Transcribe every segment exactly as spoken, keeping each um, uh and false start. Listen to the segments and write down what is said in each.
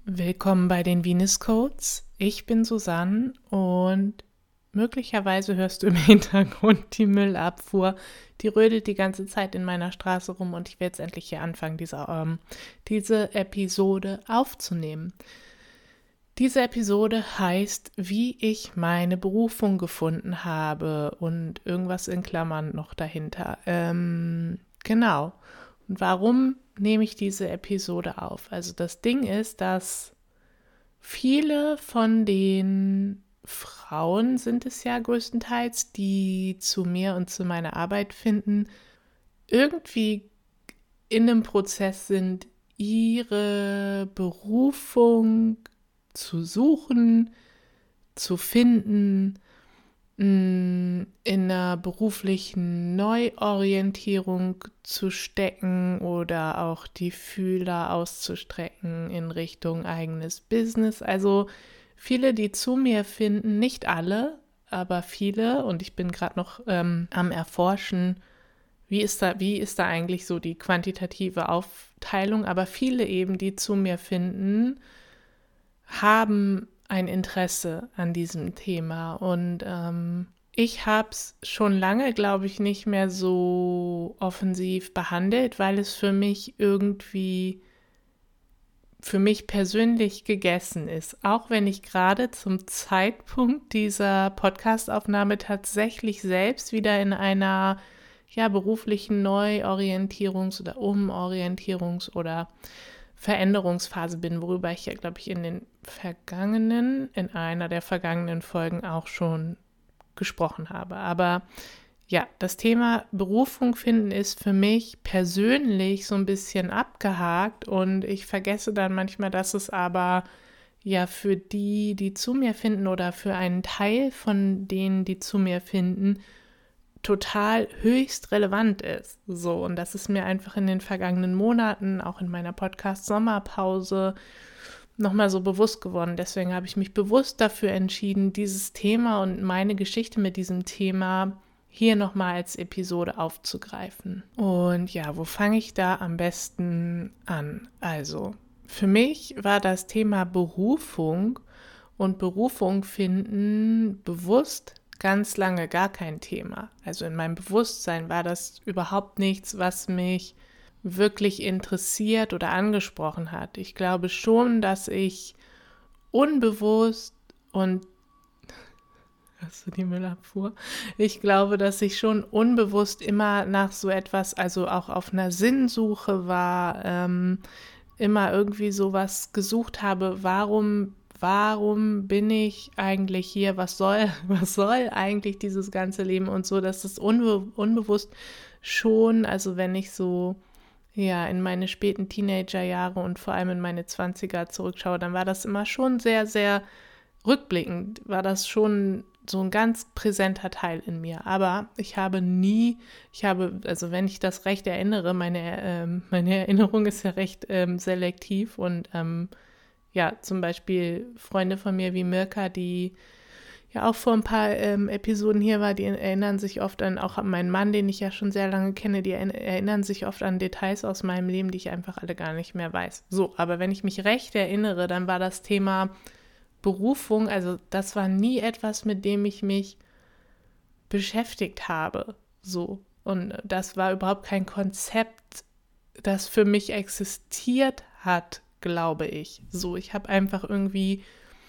Willkommen bei den Venus Codes. Ich bin Susanne und möglicherweise hörst du im Hintergrund die Müllabfuhr. Die rödelt die ganze Zeit in meiner Straße rum und ich werde jetzt endlich hier anfangen, diese, ähm, diese Episode aufzunehmen. Diese Episode heißt, wie ich meine Berufung gefunden habe und irgendwas in Klammern noch dahinter. Ähm, genau. Und warum nehme ich diese Episode auf? Also das Ding ist, dass viele von den Frauen sind es ja größtenteils, die zu mir und zu meiner Arbeit finden, irgendwie in einem Prozess sind, ihre Berufung zu suchen, zu finden, in einer beruflichen Neuorientierung zu stecken oder auch die Fühler auszustrecken in Richtung eigenes Business. Also viele, die zu mir finden, nicht alle, aber viele, und ich bin gerade noch ähm, am Erforschen, wie ist da, wie ist da eigentlich so die quantitative Aufteilung, aber viele eben, die zu mir finden, haben ein Interesse an diesem Thema und ähm, ich habe es schon lange, glaube ich, nicht mehr so offensiv behandelt, weil es für mich irgendwie, für mich persönlich gegessen ist. Auch wenn ich gerade zum Zeitpunkt dieser Podcastaufnahme tatsächlich selbst wieder in einer ja, beruflichen Neuorientierungs- oder Umorientierungs- oder Veränderungsphase bin, worüber ich ja, glaube ich, in den vergangenen, in einer der vergangenen Folgen auch schon gesprochen habe. Aber ja, das Thema Berufung finden ist für mich persönlich so ein bisschen abgehakt und ich vergesse dann manchmal, dass es aber ja für die, die zu mir finden oder für einen Teil von denen, die zu mir finden, total höchst relevant ist. So, und das ist mir einfach in den vergangenen Monaten, auch in meiner Podcast-Sommerpause, nochmal so bewusst geworden. Deswegen habe ich mich bewusst dafür entschieden, dieses Thema und meine Geschichte mit diesem Thema hier nochmal als Episode aufzugreifen. Und ja, wo fange ich da am besten an? Also, für mich war das Thema Berufung und Berufung finden bewusst ganz lange gar kein Thema. Also in meinem Bewusstsein war das überhaupt nichts, was mich wirklich interessiert oder angesprochen hat. Ich glaube schon, dass ich unbewusst und hast du die Müllabfuhr? Ich glaube, dass ich schon unbewusst immer nach so etwas, also auch auf einer Sinnsuche war, ähm, immer irgendwie sowas gesucht habe, warum Warum bin ich eigentlich hier? Was soll, was soll eigentlich dieses ganze Leben und so? Das ist unbe- unbewusst schon, also wenn ich so ja in meine späten Teenagerjahre und vor allem in meine Zwanziger zurückschaue, dann war das immer schon sehr, sehr rückblickend, war das schon so ein ganz präsenter Teil in mir. Aber ich habe nie, ich habe, also wenn ich das recht erinnere, meine, ähm, meine Erinnerung ist ja recht ähm, selektiv und ähm, ja, zum Beispiel Freunde von mir wie Mirka, die ja auch vor ein paar ähm, Episoden hier war, die erinnern sich oft an, auch an meinen Mann, den ich ja schon sehr lange kenne, die erinnern sich oft an Details aus meinem Leben, die ich einfach alle gar nicht mehr weiß. So, aber wenn ich mich recht erinnere, dann war das Thema Berufung, also das war nie etwas, mit dem ich mich beschäftigt habe. So, und das war überhaupt kein Konzept, das für mich existiert hat, glaube ich. So, ich habe einfach irgendwie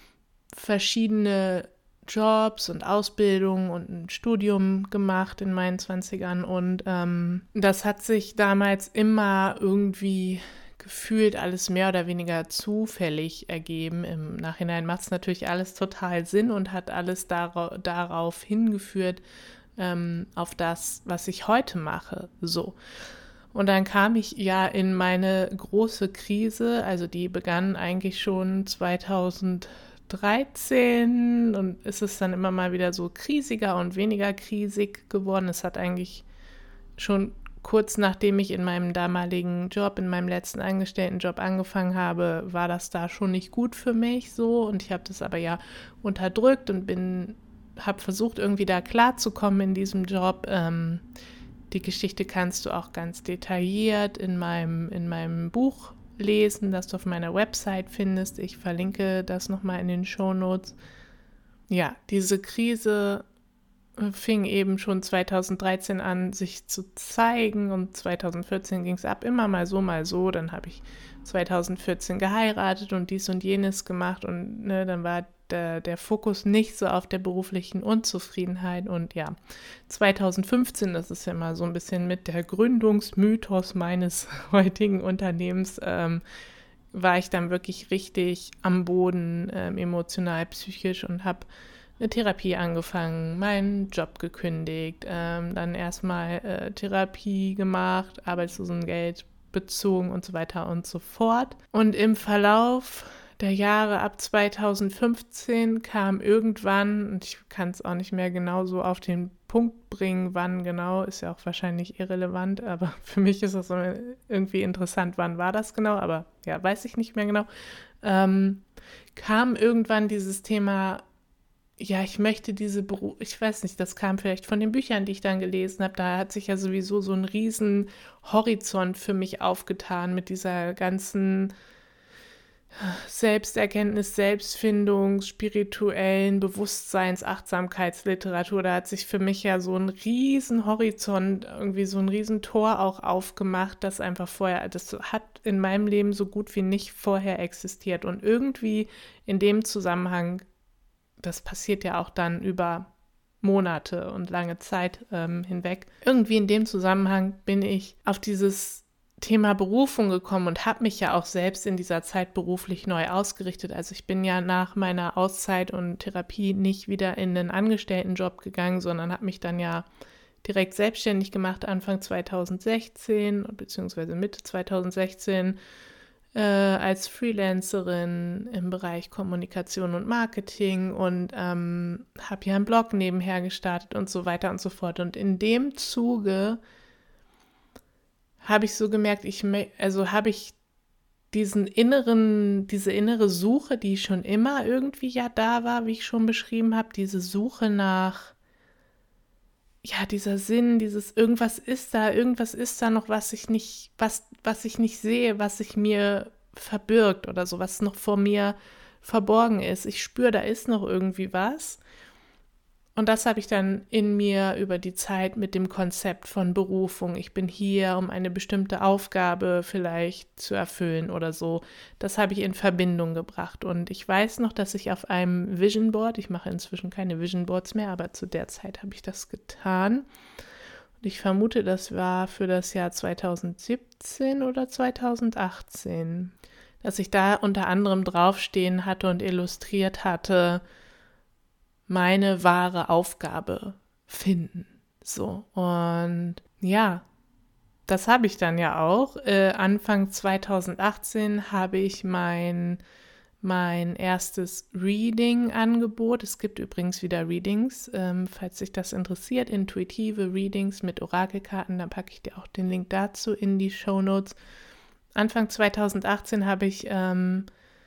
verschiedene Jobs und Ausbildung und ein Studium gemacht in meinen Zwanzigern und ähm, das hat sich damals immer irgendwie gefühlt alles mehr oder weniger zufällig ergeben. Im Nachhinein macht es natürlich alles total Sinn und hat alles dara- darauf hingeführt, ähm, auf das, was ich heute mache. So. Und dann kam ich ja in meine große Krise, also die begann eigentlich schon zweitausenddreizehn und ist es dann immer mal wieder so krisiger und weniger krisig geworden. Es hat eigentlich schon kurz nachdem ich in meinem damaligen Job, in meinem letzten Angestelltenjob angefangen habe, war das da schon nicht gut für mich so und ich habe das aber ja unterdrückt und bin, habe versucht irgendwie da klarzukommen in diesem Job. Ähm, Die Geschichte kannst du auch ganz detailliert in meinem, in meinem Buch nachlesen, das du auf meiner Website findest. Ich verlinke das nochmal in den Shownotes. Ja, diese Krise fing eben schon zweitausenddreizehn an, sich zu zeigen, und zweitausendvierzehn ging es ab, immer mal so, mal so. Dann habe ich zweitausendvierzehn geheiratet und dies und jenes gemacht, und ne, dann war der, der Fokus nicht so auf der beruflichen Unzufriedenheit. Und ja, zweitausendfünfzehn, das ist ja mal so ein bisschen mit der Gründungsmythos meines heutigen Unternehmens, ähm, war ich dann wirklich richtig am Boden, ähm, emotional, psychisch, und habe eine Therapie angefangen, meinen Job gekündigt, ähm, dann erstmal äh, Therapie gemacht, Arbeitslosengeld bezogen und so weiter und so fort. Und im Verlauf der Jahre ab zweitausendfünfzehn kam irgendwann, und ich kann es auch nicht mehr genau so auf den Punkt bringen, wann genau, ist ja auch wahrscheinlich irrelevant, aber für mich ist das irgendwie interessant, wann war das genau, aber ja, weiß ich nicht mehr genau, ähm, kam irgendwann dieses Thema, ja, ich möchte diese Beruf, ich weiß nicht, das kam vielleicht von den Büchern, die ich dann gelesen habe, da hat sich ja sowieso so ein riesen Horizont für mich aufgetan mit dieser ganzen Selbsterkenntnis, Selbstfindung, spirituellen Bewusstseins-, Achtsamkeitsliteratur. Da hat sich für mich ja so ein riesen Horizont, irgendwie so ein riesen Tor auch aufgemacht, das einfach vorher, das hat in meinem Leben so gut wie nicht vorher existiert. Und irgendwie in dem Zusammenhang, das passiert ja auch dann über Monate und lange Zeit ähm, hinweg. Irgendwie in dem Zusammenhang bin ich auf dieses Thema Berufung gekommen und habe mich ja auch selbst in dieser Zeit beruflich neu ausgerichtet. Also ich bin ja nach meiner Auszeit und Therapie nicht wieder in einen Angestelltenjob gegangen, sondern habe mich dann ja direkt selbstständig gemacht, Anfang zweitausendsechzehn beziehungsweise Mitte zweitausendsechzehn, äh, als Freelancerin im Bereich Kommunikation und Marketing, und ähm, habe ja einen Blog nebenher gestartet und so weiter und so fort. Und in dem Zuge habe ich so gemerkt, ich, also habe ich diesen inneren, diese innere Suche, die schon immer irgendwie ja da war, wie ich schon beschrieben habe, diese Suche nach, ja, dieser Sinn, dieses irgendwas ist da, irgendwas ist da noch, was ich nicht, was, was ich nicht sehe, was sich mir verbirgt oder so, was noch vor mir verborgen ist. Ich spüre, da ist noch irgendwie was. Und das habe ich dann in mir über die Zeit mit dem Konzept von Berufung. Ich bin hier, um eine bestimmte Aufgabe vielleicht zu erfüllen oder so. Das habe ich in Verbindung gebracht. Und ich weiß noch, dass ich auf einem Vision Board, ich mache inzwischen keine Vision Boards mehr, aber zu der Zeit habe ich das getan. Und ich vermute, das war für das Jahr zweitausendsiebzehn oder zweitausendachtzehn, dass ich da unter anderem draufstehen hatte und illustriert hatte, meine wahre Aufgabe finden. So, und ja, das habe ich dann ja auch. Äh, Anfang zweitausendachtzehn habe ich mein, mein erstes Reading-Angebot. Es gibt übrigens wieder Readings, ähm, falls sich das interessiert, intuitive Readings mit Orakelkarten, dann packe ich dir auch den Link dazu in die Shownotes. Anfang zweitausendachtzehn habe ich ähm,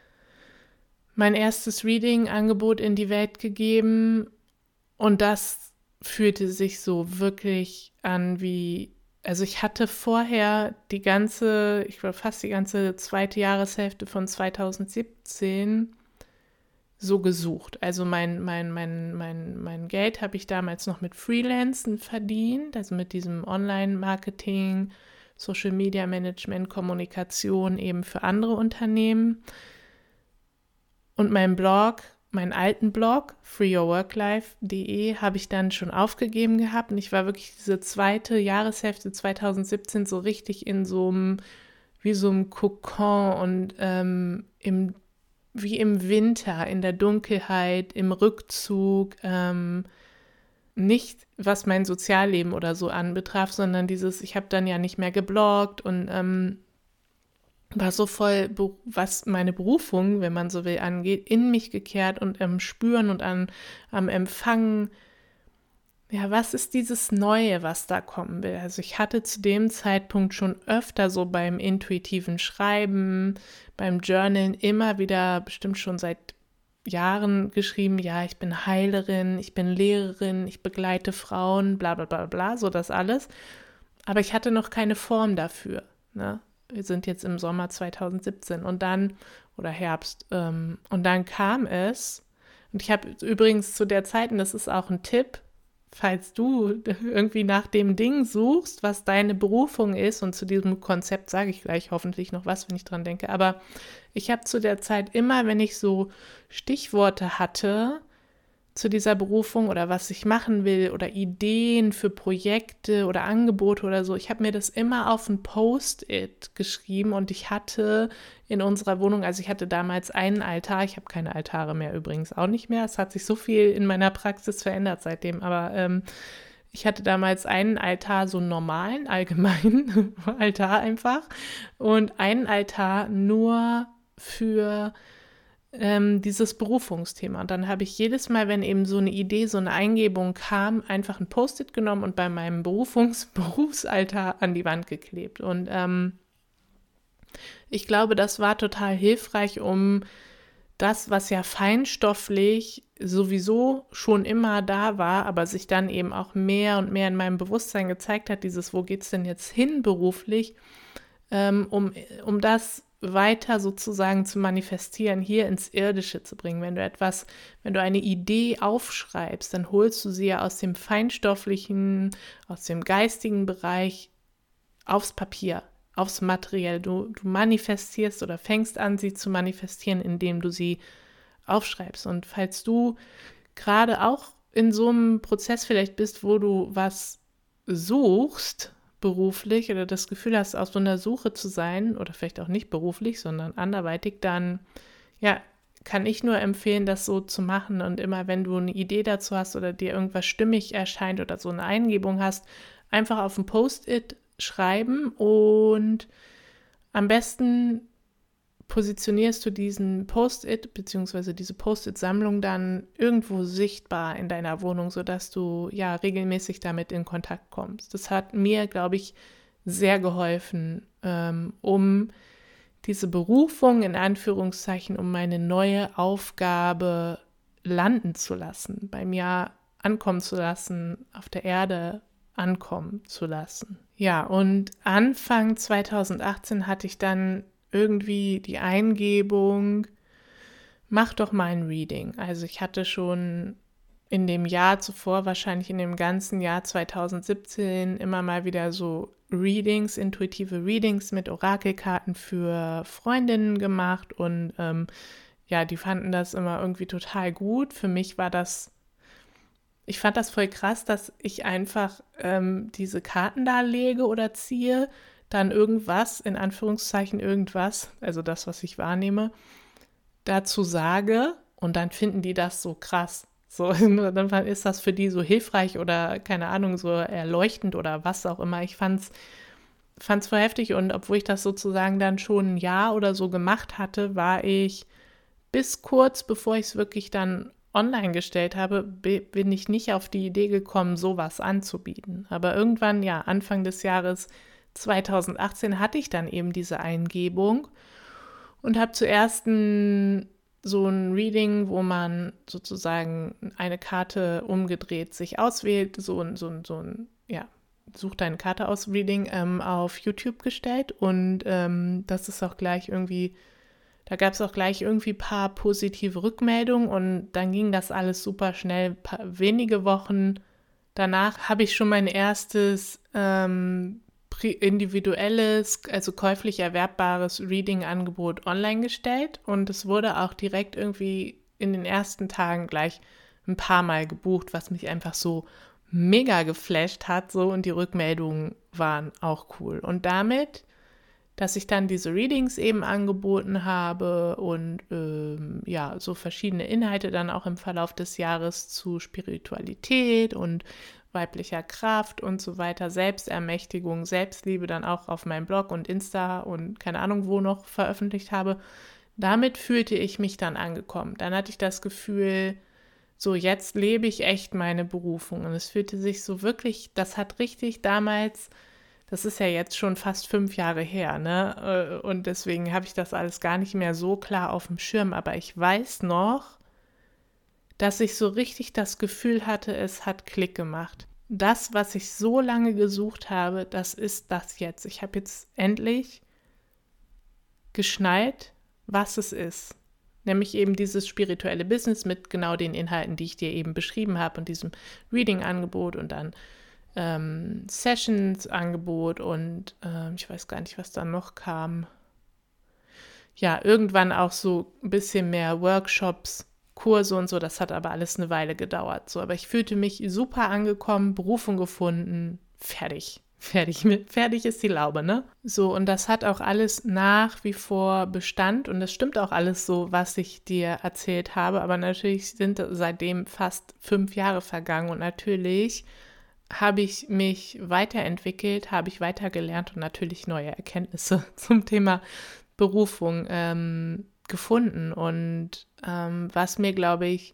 mein erstes Reading-Angebot in die Welt gegeben, und das fühlte sich so wirklich an wie, also ich hatte vorher die ganze, ich glaube fast die ganze zweite Jahreshälfte von zweitausendsiebzehn so gesucht. Also mein, mein, mein, mein, mein Geld habe ich damals noch mit Freelancen verdient, also mit diesem Online-Marketing, Social-Media-Management, Kommunikation eben für andere Unternehmen. Und mein Blog, meinen alten Blog, free your work life punkt de, habe ich dann schon aufgegeben gehabt. Und ich war wirklich diese zweite Jahreshälfte zweitausendsiebzehn so richtig in so einem, wie so einem Kokon und ähm, im, wie im Winter, in der Dunkelheit, im Rückzug, ähm, nicht was mein Sozialleben oder so anbetraf, sondern dieses, ich habe dann ja nicht mehr gebloggt und ähm, war so voll, was meine Berufung, wenn man so will, angeht, in mich gekehrt und am Spüren und an, am Empfangen. Ja, was ist dieses Neue, was da kommen will? Also ich hatte zu dem Zeitpunkt schon öfter so beim intuitiven Schreiben, beim Journalen immer wieder, bestimmt schon seit Jahren geschrieben, ja, ich bin Heilerin, ich bin Lehrerin, ich begleite Frauen, bla bla bla bla, so das alles. Aber ich hatte noch keine Form dafür, ne? wir sind jetzt im Sommer zwanzig siebzehn und dann, oder Herbst, ähm, und dann kam es, und ich habe übrigens zu der Zeit, und das ist auch ein Tipp, falls du irgendwie nach dem Ding suchst, was deine Berufung ist, und zu diesem Konzept sage ich gleich hoffentlich noch was, wenn ich dran denke, aber ich habe zu der Zeit immer, wenn ich so Stichworte hatte zu dieser Berufung oder was ich machen will oder Ideen für Projekte oder Angebote oder so, ich habe mir das immer auf ein Post-it geschrieben und ich hatte in unserer Wohnung, also ich hatte damals einen Altar, ich habe keine Altare mehr übrigens auch nicht mehr, es hat sich so viel in meiner Praxis verändert seitdem, aber ähm, ich hatte damals einen Altar, so einen normalen, allgemeinen Altar einfach und einen Altar nur für ähm, dieses Berufungsthema. Und dann habe ich jedes Mal, wenn eben so eine Idee, so eine Eingebung kam, einfach ein Post-it genommen und bei meinem Berufungs Berufsaltar an die Wand geklebt. Und ähm, ich glaube, das war total hilfreich, um das, was ja feinstofflich sowieso schon immer da war, aber sich dann eben auch mehr und mehr in meinem Bewusstsein gezeigt hat, dieses, wo geht's denn jetzt hin beruflich, ähm, um, um das weiter sozusagen zu manifestieren, hier ins Irdische zu bringen. Wenn du etwas, wenn du eine Idee aufschreibst, dann holst du sie ja aus dem feinstofflichen, aus dem geistigen Bereich aufs Papier, aufs Materiell. Du, du manifestierst oder fängst an, sie zu manifestieren, indem du sie aufschreibst. Und falls du gerade auch in so einem Prozess vielleicht bist, wo du was suchst, beruflich oder das Gefühl hast, auf so einer Suche zu sein oder vielleicht auch nicht beruflich, sondern anderweitig, dann ja, kann ich nur empfehlen, das so zu machen und immer, wenn du eine Idee dazu hast oder dir irgendwas stimmig erscheint oder so eine Eingebung hast, einfach auf ein Post-it schreiben und am besten positionierst du diesen Post-it bzw. diese Post-it-Sammlung dann irgendwo sichtbar in deiner Wohnung, sodass du ja regelmäßig damit in Kontakt kommst. Das hat mir, glaube ich, sehr geholfen, ähm, um diese Berufung in Anführungszeichen, um meine neue Aufgabe landen zu lassen, bei mir ankommen zu lassen, auf der Erde ankommen zu lassen. Ja, und Anfang zwanzig achtzehn hatte ich dann irgendwie die Eingebung, mach doch mal ein Reading. Also ich hatte schon in dem Jahr zuvor, wahrscheinlich in dem ganzen Jahr zwanzig siebzehn, immer mal wieder so Readings, intuitive Readings mit Orakelkarten für Freundinnen gemacht und ähm, ja, die fanden das immer irgendwie total gut. Für mich war das, ich fand das voll krass, dass ich einfach ähm, diese Karten da lege oder ziehe, dann irgendwas, in Anführungszeichen irgendwas, also das, was ich wahrnehme, dazu sage und dann finden die das so krass. So, dann ist das für die so hilfreich oder, keine Ahnung, so erleuchtend oder was auch immer. Ich fand's, fand's voll heftig und obwohl ich das sozusagen dann schon ein Jahr oder so gemacht hatte, war ich bis kurz, bevor ich es wirklich dann online gestellt habe, bin ich nicht auf die Idee gekommen, sowas anzubieten. Aber irgendwann, ja, Anfang des Jahres zwanzig achtzehn hatte ich dann eben diese Eingebung und habe zuerst ein, so ein Reading, wo man sozusagen eine Karte umgedreht sich auswählt, so ein, so ein, so ein ja, such deine Karte aus Reading ähm, auf YouTube gestellt und ähm, das ist auch gleich irgendwie, da gab es auch gleich irgendwie ein paar positive Rückmeldungen und dann ging das alles super schnell. Paar, wenige Wochen danach habe ich schon mein erstes ähm, individuelles, also käuflich erwerbbares Reading-Angebot online gestellt und es wurde auch direkt irgendwie in den ersten Tagen gleich ein paar Mal gebucht, was mich einfach so mega geflasht hat, so, und die Rückmeldungen waren auch cool. Und damit, dass ich dann diese Readings eben angeboten habe und ähm, ja, so verschiedene Inhalte dann auch im Verlauf des Jahres zu Spiritualität und weiblicher Kraft und so weiter, Selbstermächtigung, Selbstliebe dann auch auf meinem Blog und Insta und keine Ahnung wo noch veröffentlicht habe, damit fühlte ich mich dann angekommen. Dann hatte ich das Gefühl, so jetzt lebe ich echt meine Berufung und es fühlte sich so wirklich, das hat richtig damals, das ist ja jetzt schon fast fünf Jahre her, ne? Und deswegen habe ich das alles gar nicht mehr so klar auf dem Schirm, aber ich weiß noch, dass ich so richtig das Gefühl hatte, es hat Klick gemacht. Das, was ich so lange gesucht habe, das ist das jetzt. Ich habe jetzt endlich geschnallt, was es ist. Nämlich eben dieses spirituelle Business mit genau den Inhalten, die ich dir eben beschrieben habe und diesem Reading-Angebot und dann ähm, Sessions-Angebot und ähm, ich weiß gar nicht, was da noch kam. Ja, irgendwann auch so ein bisschen mehr Workshops, Kurse und so, das hat aber alles eine Weile gedauert. So, aber ich fühlte mich super angekommen, Berufung gefunden, fertig. Fertig, fertig ist die Laube, ne? So, und das hat auch alles nach wie vor Bestand und das stimmt auch alles so, was ich dir erzählt habe, aber natürlich sind seitdem fast fünf Jahre vergangen und natürlich habe ich mich weiterentwickelt, habe ich weitergelernt und natürlich neue Erkenntnisse zum Thema Berufung ähm, gefunden. Und ähm, was mir, glaube ich,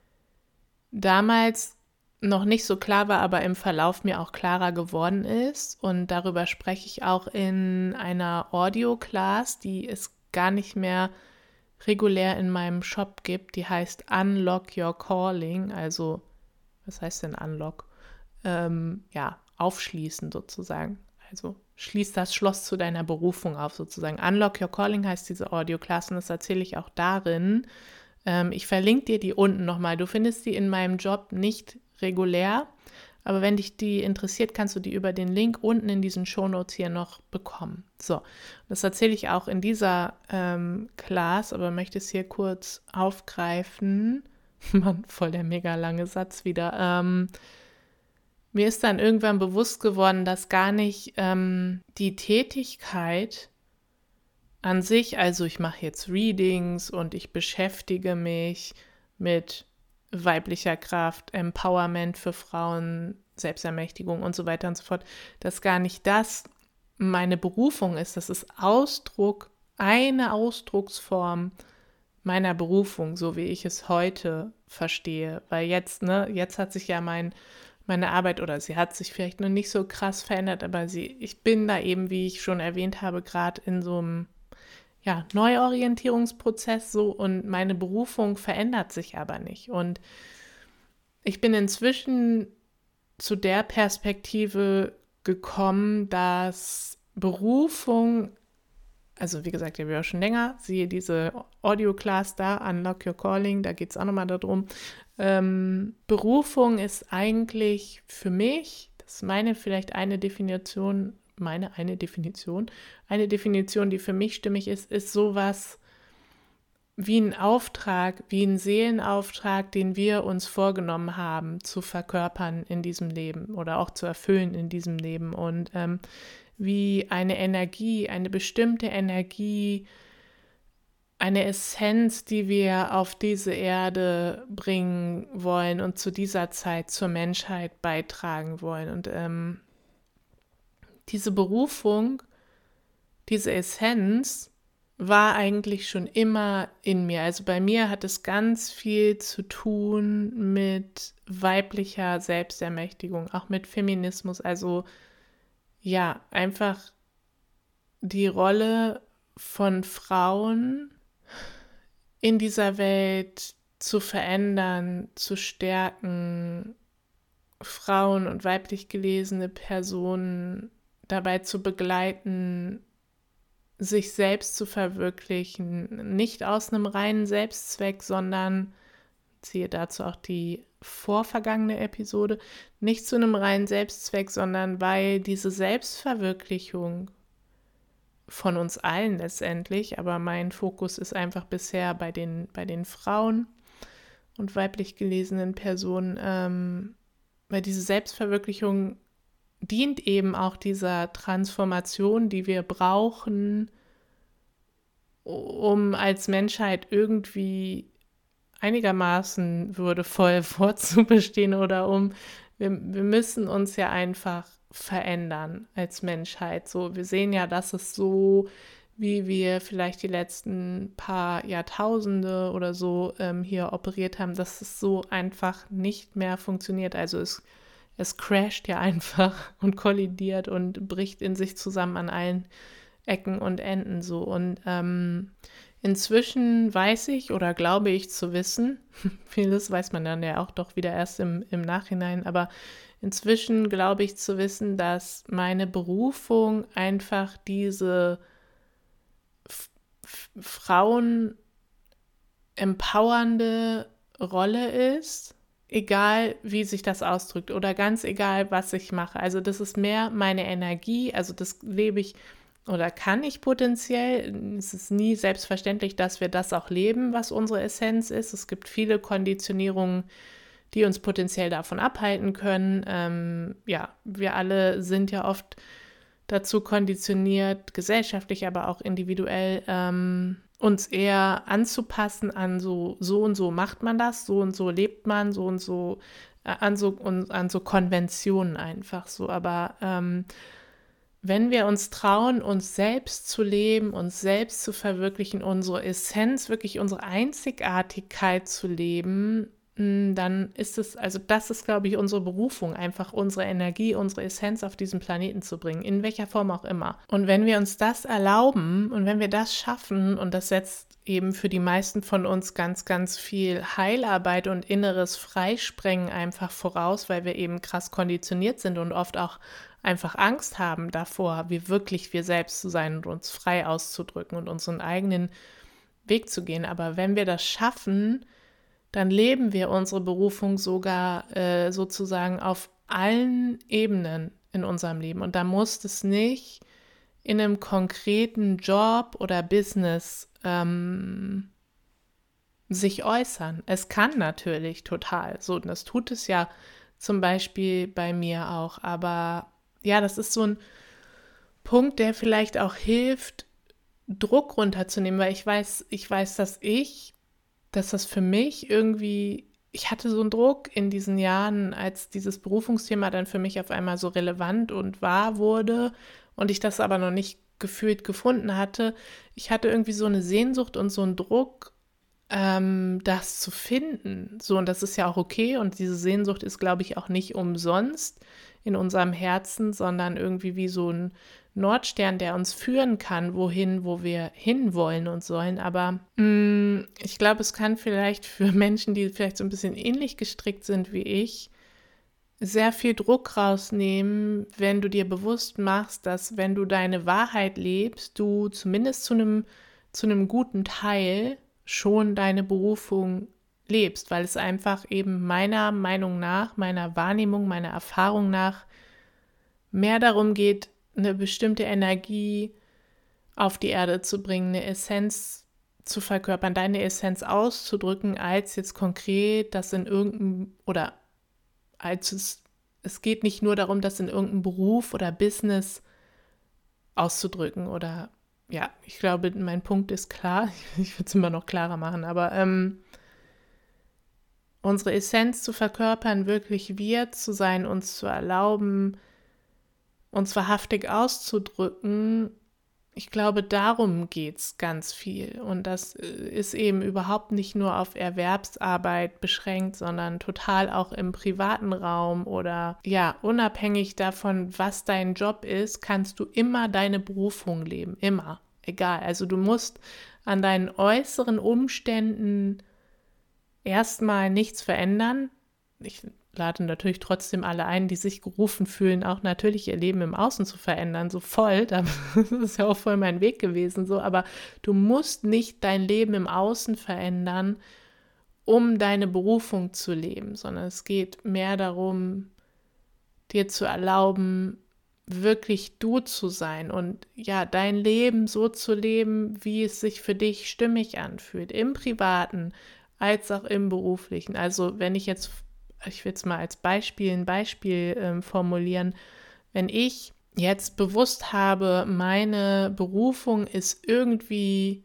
damals noch nicht so klar war, aber im Verlauf mir auch klarer geworden ist. Und darüber spreche ich auch in einer Audio-Class, die es gar nicht mehr regulär in meinem Shop gibt. Die heißt Unlock Your Calling. Also, was heißt denn Unlock? Ähm, ja, aufschließen sozusagen. Also schließ das Schloss zu deiner Berufung auf sozusagen. Unlock Your Calling heißt diese Audio-Class und das erzähle ich auch darin. Ähm, ich verlinke dir die unten nochmal. Du findest die in meinem Job nicht regulär, aber wenn dich die interessiert, kannst du die über den Link unten in diesen Shownotes hier noch bekommen. So, das erzähle ich auch in dieser ähm, Class, aber möchte es hier kurz aufgreifen. Mann, voll der mega lange Satz wieder. Ähm, mir ist dann irgendwann bewusst geworden, dass gar nicht ähm, die Tätigkeit an sich, also ich mache jetzt Readings und ich beschäftige mich mit weiblicher Kraft, Empowerment für Frauen, Selbstermächtigung und so weiter und so fort, dass gar nicht das meine Berufung ist. Das ist Ausdruck, eine Ausdrucksform meiner Berufung, so wie ich es heute verstehe. Weil jetzt, ne, jetzt hat sich ja mein, meine Arbeit oder sie hat sich vielleicht noch nicht so krass verändert, aber sie, ich bin da eben, wie ich schon erwähnt habe, gerade in so einem ja, Neuorientierungsprozess so und meine Berufung verändert sich aber nicht. Und ich bin inzwischen zu der Perspektive gekommen, dass Berufung, also wie gesagt, ja, wir ja schon länger, siehe diese Audio-Class da, Unlock Your Calling, da geht es auch nochmal darum. Ähm, Berufung ist eigentlich für mich, das ist meine vielleicht eine Definition, meine eine Definition, eine Definition, die für mich stimmig ist, ist sowas wie ein Auftrag, wie ein Seelenauftrag, den wir uns vorgenommen haben, zu verkörpern in diesem Leben oder auch zu erfüllen in diesem Leben und ähm, wie eine Energie, eine bestimmte Energie, eine Essenz, die wir auf diese Erde bringen wollen und zu dieser Zeit zur Menschheit beitragen wollen. Und ähm, diese Berufung, diese Essenz war eigentlich schon immer in mir. Also bei mir hat es ganz viel zu tun mit weiblicher Selbstermächtigung, auch mit Feminismus. Also ja, einfach die Rolle von Frauen in dieser Welt zu verändern, zu stärken, Frauen und weiblich gelesene Personen dabei zu begleiten, sich selbst zu verwirklichen, nicht aus einem reinen Selbstzweck, sondern, siehe dazu auch die vorvergangene Episode, nicht zu einem reinen Selbstzweck, sondern weil diese Selbstverwirklichung von uns allen letztendlich, aber mein Fokus ist einfach bisher bei den, bei den Frauen und weiblich gelesenen Personen, ähm, weil diese Selbstverwirklichung dient eben auch dieser Transformation, die wir brauchen, um als Menschheit irgendwie einigermaßen würdevoll fortzubestehen oder um, wir, wir müssen uns ja einfach verändern als Menschheit. So, wir sehen ja, dass es so, wie wir vielleicht die letzten paar Jahrtausende oder so ähm, hier operiert haben, dass es so einfach nicht mehr funktioniert. Also es Es crasht ja einfach und kollidiert und bricht in sich zusammen an allen Ecken und Enden so. Und ähm, inzwischen weiß ich oder glaube ich zu wissen, vieles weiß man dann ja auch doch wieder erst im, im Nachhinein, aber inzwischen glaube ich zu wissen, dass meine Berufung einfach diese F- Frauen empowernde Rolle ist, egal wie sich das ausdrückt oder ganz egal, was ich mache. Also das ist mehr meine Energie, also das lebe ich oder kann ich potenziell. Es ist nie selbstverständlich, dass wir das auch leben, was unsere Essenz ist. Es gibt viele Konditionierungen, die uns potenziell davon abhalten können. Ähm, ja, wir alle sind ja oft dazu konditioniert, gesellschaftlich, aber auch individuell, ähm, uns eher anzupassen an so, so und so macht man das, so und so lebt man, so und so, äh, an so, und, an so Konventionen einfach so. Aber ähm, wenn wir uns trauen, uns selbst zu leben, uns selbst zu verwirklichen, unsere Essenz, wirklich unsere Einzigartigkeit zu leben, dann ist es, also das ist, glaube ich, unsere Berufung, einfach unsere Energie, unsere Essenz auf diesen Planeten zu bringen, in welcher Form auch immer. Und wenn wir uns das erlauben und wenn wir das schaffen, und das setzt eben für die meisten von uns ganz, ganz viel Heilarbeit und inneres Freisprengen einfach voraus, weil wir eben krass konditioniert sind und oft auch einfach Angst haben davor, wie wirklich wir selbst zu sein und uns frei auszudrücken und unseren eigenen Weg zu gehen. Aber wenn wir das schaffen, dann leben wir unsere Berufung sogar äh, sozusagen auf allen Ebenen in unserem Leben. Und da muss es nicht in einem konkreten Job oder Business ähm, sich äußern. Es kann natürlich total so, und das tut es ja zum Beispiel bei mir auch. Aber ja, das ist so ein Punkt, der vielleicht auch hilft, Druck runterzunehmen, weil ich weiß, ich weiß, dass ich dass das für mich irgendwie, ich hatte so einen Druck in diesen Jahren, als dieses Berufungsthema dann für mich auf einmal so relevant und wahr wurde und ich das aber noch nicht gefühlt gefunden hatte. Ich hatte irgendwie so eine Sehnsucht und so einen Druck, ähm, das zu finden. So, und das ist ja auch okay und diese Sehnsucht ist, glaube ich, auch nicht umsonst in unserem Herzen, sondern irgendwie wie so ein Nordstern, der uns führen kann, wohin, wo wir hinwollen und sollen. Aber mh, ich glaube, es kann vielleicht für Menschen, die vielleicht so ein bisschen ähnlich gestrickt sind wie ich, sehr viel Druck rausnehmen, wenn du dir bewusst machst, dass wenn du deine Wahrheit lebst, du zumindest zu einem, zu einem guten Teil schon deine Berufung lebst, weil es einfach eben meiner Meinung nach, meiner Wahrnehmung, meiner Erfahrung nach mehr darum geht, eine bestimmte Energie auf die Erde zu bringen, eine Essenz zu verkörpern, deine Essenz auszudrücken, als jetzt konkret das in irgendeinem, oder als es, es geht nicht nur darum, das in irgendeinem Beruf oder Business auszudrücken oder, ja, ich glaube, mein Punkt ist klar, ich würde es immer noch klarer machen, aber ähm, unsere Essenz zu verkörpern, wirklich wir zu sein, uns zu erlauben, uns wahrhaftig auszudrücken, ich glaube, darum geht es ganz viel. Und das ist eben überhaupt nicht nur auf Erwerbsarbeit beschränkt, sondern total auch im privaten Raum oder ja, unabhängig davon, was dein Job ist, kannst du immer deine Berufung leben. Immer. Egal. Also du musst an deinen äußeren Umständen erstmal nichts verändern. Ich lade natürlich trotzdem alle ein, die sich gerufen fühlen, auch natürlich ihr Leben im Außen zu verändern, so voll, das ist ja auch voll mein Weg gewesen, so, aber du musst nicht dein Leben im Außen verändern, um deine Berufung zu leben, sondern es geht mehr darum, dir zu erlauben, wirklich du zu sein und ja, dein Leben so zu leben, wie es sich für dich stimmig anfühlt, im Privaten als auch im Beruflichen. Also wenn ich jetzt ich will es mal als Beispiel ein Beispiel ähm, formulieren, wenn ich jetzt bewusst habe, meine Berufung ist irgendwie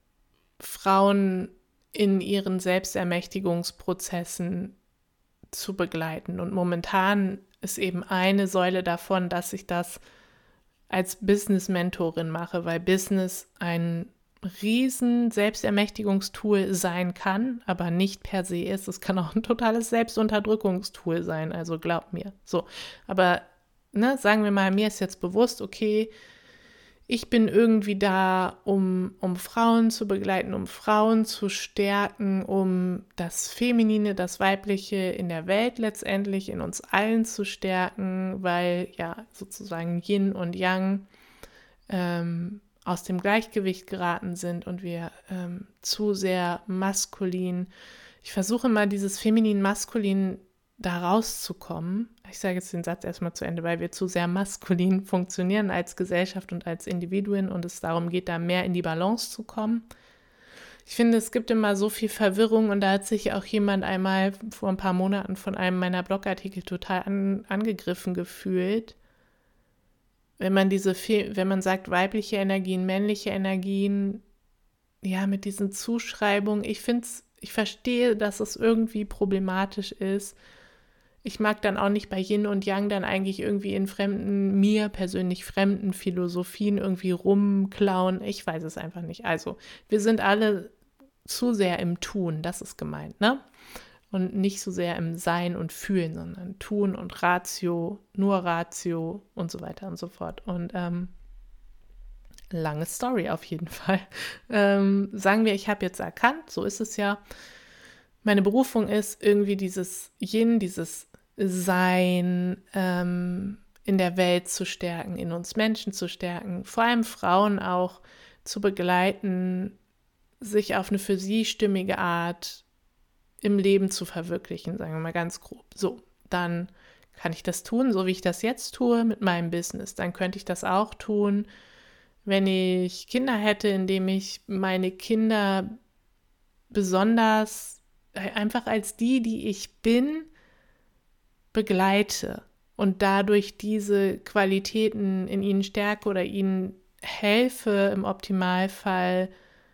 Frauen in ihren Selbstermächtigungsprozessen zu begleiten und momentan ist eben eine Säule davon, dass ich das als Business-Mentorin mache, weil Business ein riesen Selbstermächtigungstool sein kann, aber nicht per se ist. Es kann auch ein totales Selbstunterdrückungstool sein, also glaub mir. So, aber ne, sagen wir mal, mir ist jetzt bewusst, okay, ich bin irgendwie da, um, um Frauen zu begleiten, um Frauen zu stärken, um das Feminine, das Weibliche in der Welt letztendlich, in uns allen zu stärken, weil ja sozusagen Yin und Yang ähm, aus dem Gleichgewicht geraten sind und wir ähm, zu sehr maskulin, ich versuche mal dieses feminin-maskulin da rauszukommen. Ich sage jetzt den Satz erstmal zu Ende, weil wir zu sehr maskulin funktionieren als Gesellschaft und als Individuen und es darum geht, da mehr in die Balance zu kommen. Ich finde, es gibt immer so viel Verwirrung und da hat sich auch jemand einmal vor ein paar Monaten von einem meiner Blogartikel total an, angegriffen gefühlt. Wenn man diese, wenn man sagt, weibliche Energien, männliche Energien, ja, mit diesen Zuschreibungen, ich finde es, ich verstehe, dass es irgendwie problematisch ist. Ich mag dann auch nicht bei Yin und Yang dann eigentlich irgendwie in fremden, mir persönlich fremden Philosophien irgendwie rumklauen. Ich weiß es einfach nicht. Also, wir sind alle zu sehr im Tun, das ist gemeint, ne? Und nicht so sehr im Sein und Fühlen, sondern Tun und Ratio, nur Ratio und so weiter und so fort. Und ähm, lange Story auf jeden Fall. Ähm, sagen wir, ich habe jetzt erkannt, so ist es ja, meine Berufung ist irgendwie dieses Yin, dieses Sein ähm, in der Welt zu stärken, in uns Menschen zu stärken, vor allem Frauen auch zu begleiten, sich auf eine für sie stimmige Art im Leben zu verwirklichen, sagen wir mal ganz grob. So, dann kann ich das tun, so wie ich das jetzt tue mit meinem Business. Dann könnte ich das auch tun, wenn ich Kinder hätte, indem ich meine Kinder besonders einfach als die, die ich bin, begleite und dadurch diese Qualitäten in ihnen stärke oder ihnen helfe, im Optimalfall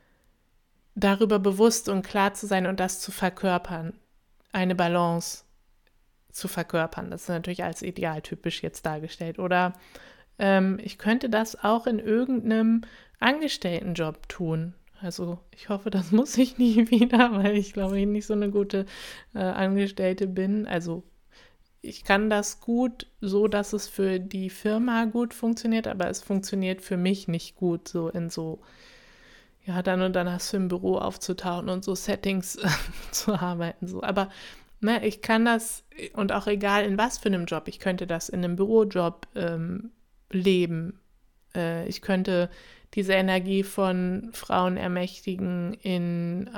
darüber bewusst und klar zu sein und das zu verkörpern, eine Balance zu verkörpern. Das ist natürlich als idealtypisch jetzt dargestellt. Oder ähm, ich könnte das auch in irgendeinem Angestelltenjob tun. Also ich hoffe, das muss ich nie wieder, weil ich glaube, ich nicht so eine gute äh, Angestellte bin. Also ich kann das gut, so dass es für die Firma gut funktioniert, aber es funktioniert für mich nicht gut, so in so, ja, dann und dann hast du im Büro aufzutauchen und so Settings äh, zu arbeiten. So. Aber ne, ich kann das, und auch egal in was für einem Job, ich könnte das in einem Bürojob ähm, leben. Äh, ich könnte diese Energie von Frauen ermächtigen in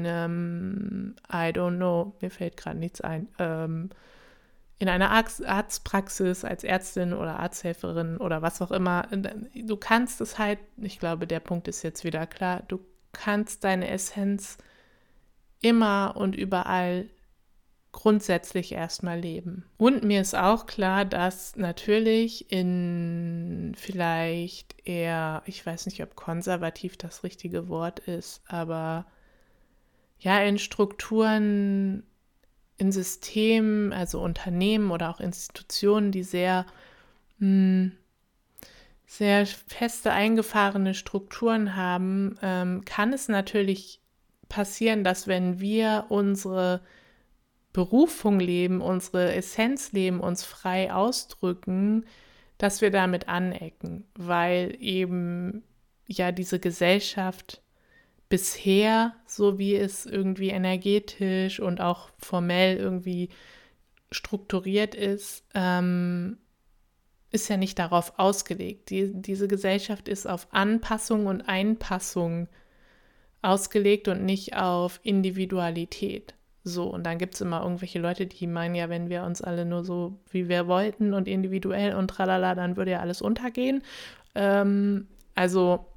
einem, I don't know, mir fällt gerade nichts ein, ähm, in einer Arztpraxis als Ärztin oder Arzthelferin oder was auch immer. Du kannst es halt, ich glaube, der Punkt ist jetzt wieder klar, du kannst deine Essenz immer und überall grundsätzlich erstmal leben. Und mir ist auch klar, dass natürlich in vielleicht eher, ich weiß nicht, ob konservativ das richtige Wort ist, aber ja, in Strukturen, in Systemen, also Unternehmen oder auch Institutionen, die sehr, mh, sehr feste eingefahrene Strukturen haben, ähm, kann es natürlich passieren, dass wenn wir unsere Berufung leben, unsere Essenz leben, uns frei ausdrücken, dass wir damit anecken, weil eben ja diese Gesellschaft bisher, so wie es irgendwie energetisch und auch formell irgendwie strukturiert ist, ähm, ist ja nicht darauf ausgelegt. Die, diese Gesellschaft ist auf Anpassung und Einpassung ausgelegt und nicht auf Individualität. So, und dann gibt es immer irgendwelche Leute, die meinen ja, wenn wir uns alle nur so, wie wir wollten und individuell und tralala, dann würde ja alles untergehen. Ähm, also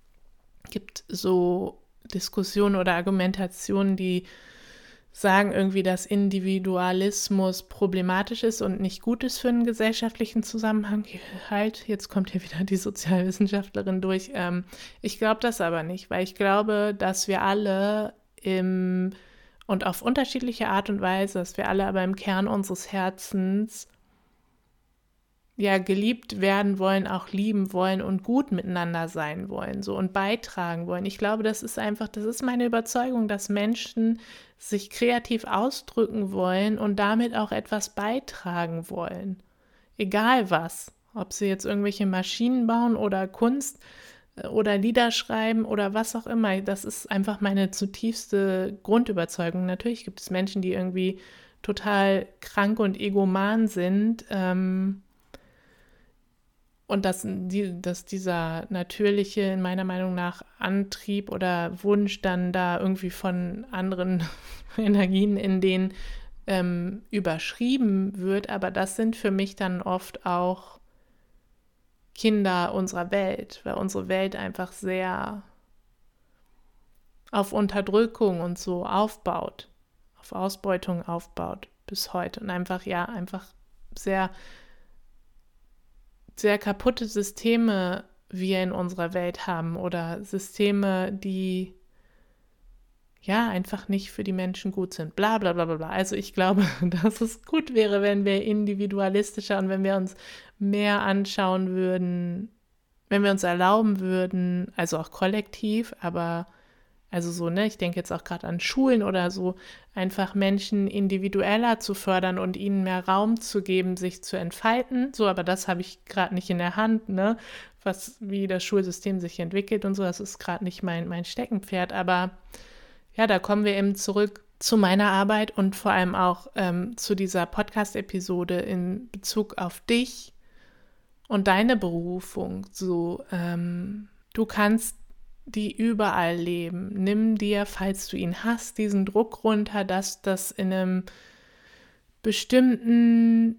gibt so Diskussionen oder Argumentationen, die sagen irgendwie, dass Individualismus problematisch ist und nicht gut ist für einen gesellschaftlichen Zusammenhang. Halt, jetzt kommt hier wieder die Sozialwissenschaftlerin durch. Ähm, ich glaube das aber nicht, weil ich glaube, dass wir alle im und auf unterschiedliche Art und Weise, dass wir alle aber im Kern unseres Herzens ja geliebt werden wollen, auch lieben wollen und gut miteinander sein wollen, so und beitragen wollen. Ich glaube, das ist einfach, das ist meine Überzeugung, dass Menschen sich kreativ ausdrücken wollen und damit auch etwas beitragen wollen. Egal was, ob sie jetzt irgendwelche Maschinen bauen oder Kunst oder Lieder schreiben oder was auch immer. Das ist einfach meine zutiefste Grundüberzeugung. Natürlich gibt es Menschen, die irgendwie total krank und egoman sind, ähm, Und dass, die, dass dieser natürliche, in meiner Meinung nach, Antrieb oder Wunsch dann da irgendwie von anderen Energien in denen ähm, überschrieben wird. Aber das sind für mich dann oft auch Kinder unserer Welt, weil unsere Welt einfach sehr auf Unterdrückung und so aufbaut, auf Ausbeutung aufbaut bis heute und einfach, ja, einfach sehr, sehr kaputte Systeme wir in unserer Welt haben oder Systeme, die ja einfach nicht für die Menschen gut sind, bla bla bla bla bla. Also ich glaube, dass es gut wäre, wenn wir individualistischer und wenn wir uns mehr anschauen würden, wenn wir uns erlauben würden, also auch kollektiv, aber also so, ne, ich denke jetzt auch gerade an Schulen oder so, einfach Menschen individueller zu fördern und ihnen mehr Raum zu geben, sich zu entfalten. So, aber das habe ich gerade nicht in der Hand, ne, was, wie das Schulsystem sich entwickelt und so, das ist gerade nicht mein, mein Steckenpferd. Aber ja, da kommen wir eben zurück zu meiner Arbeit und vor allem auch ähm, zu dieser Podcast-Episode in Bezug auf dich und deine Berufung. So, ähm, du kannst die überall leben. Nimm dir, falls du ihn hast, diesen Druck runter, dass das in einem bestimmten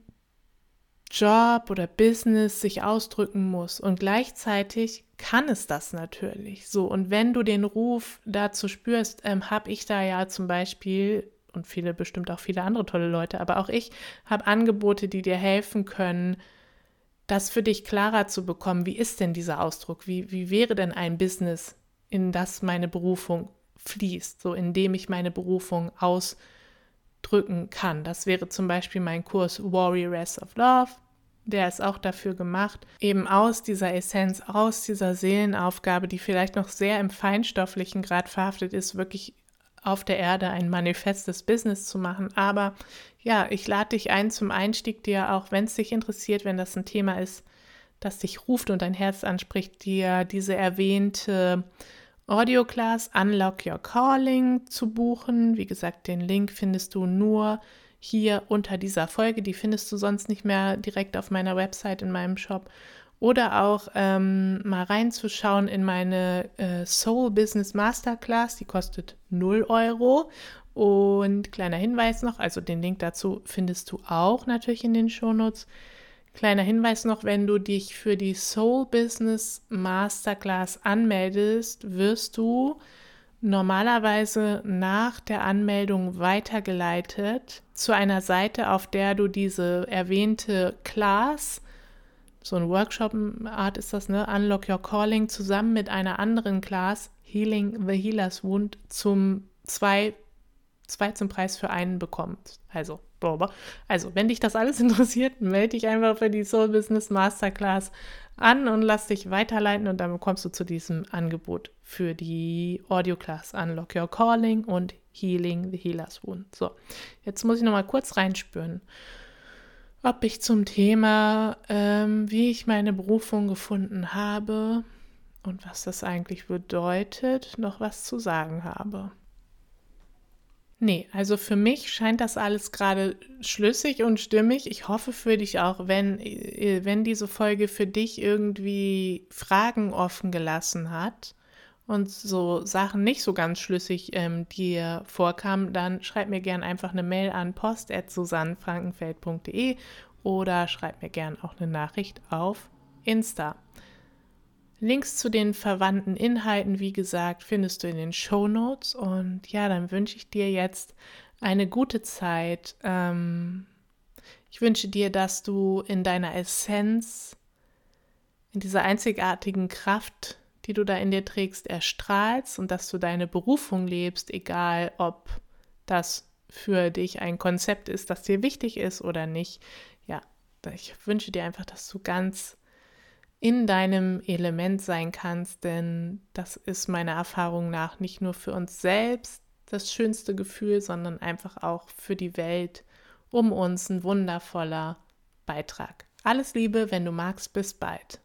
Job oder Business sich ausdrücken muss. Und gleichzeitig kann es das natürlich. So, und wenn du den Ruf dazu spürst, ähm, habe ich da ja zum Beispiel, und viele, bestimmt auch viele andere tolle Leute, aber auch ich habe Angebote, die dir helfen können, das für dich klarer zu bekommen. Wie ist denn dieser Ausdruck? Wie, wie wäre denn ein Business, in das meine Berufung fließt, so indem ich meine Berufung ausdrücken kann? Das wäre zum Beispiel mein Kurs Warrioress of Love. Der ist auch dafür gemacht, eben aus dieser Essenz, aus dieser Seelenaufgabe, die vielleicht noch sehr im feinstofflichen Grad verhaftet ist, wirklich auf der Erde ein manifestes Business zu machen. Aber ja, ich lade dich ein zum Einstieg, dir auch, wenn es dich interessiert, wenn das ein Thema ist, das dich ruft und dein Herz anspricht, dir diese erwähnte Audio-Class Unlock Your Calling zu buchen. Wie gesagt, den Link findest du nur hier unter dieser Folge. Die findest du sonst nicht mehr direkt auf meiner Website, in meinem Shop. Oder auch ähm, mal reinzuschauen in meine äh, Soul Business Masterclass. Die kostet null Euro. Und kleiner Hinweis noch, also den Link dazu findest du auch natürlich in den Shownotes. Kleiner Hinweis noch, wenn du dich für die Soul Business Masterclass anmeldest, wirst du normalerweise nach der Anmeldung weitergeleitet zu einer Seite, auf der du diese erwähnte Class, so ein Workshop-Art ist das, ne? Unlock Your Calling, zusammen mit einer anderen Class, Healing the Healer's Wound, zum zwei, zwei zum Preis für einen bekommt. Also, also, wenn dich das alles interessiert, melde dich einfach für die Soul Business Masterclass an und lass dich weiterleiten und dann bekommst du zu diesem Angebot für die Audio-Class Unlock Your Calling und Healing the Healer's Wound. So, jetzt muss ich nochmal kurz reinspüren, ob ich zum Thema, ähm, wie ich meine Berufung gefunden habe und was das eigentlich bedeutet, noch was zu sagen habe. Nee, also für mich scheint das alles gerade schlüssig und stimmig. Ich hoffe für dich auch, wenn, wenn diese Folge für dich irgendwie Fragen offen gelassen hat und so Sachen nicht so ganz schlüssig ähm, dir vorkamen, dann schreib mir gerne einfach eine Mail an post at susannefrankenfeld punkt de oder schreib mir gerne auch eine Nachricht auf Insta. Links zu den verwandten Inhalten, wie gesagt, findest du in den Shownotes. Und ja, dann wünsche ich dir jetzt eine gute Zeit. Ähm, ich wünsche dir, dass du in deiner Essenz, in dieser einzigartigen Kraft, die du da in dir trägst, erstrahlst und dass du deine Berufung lebst, egal ob das für dich ein Konzept ist, das dir wichtig ist oder nicht. Ja, ich wünsche dir einfach, dass du ganz in deinem Element sein kannst, denn das ist meiner Erfahrung nach nicht nur für uns selbst das schönste Gefühl, sondern einfach auch für die Welt um uns ein wundervoller Beitrag. Alles Liebe, wenn du magst, bis bald.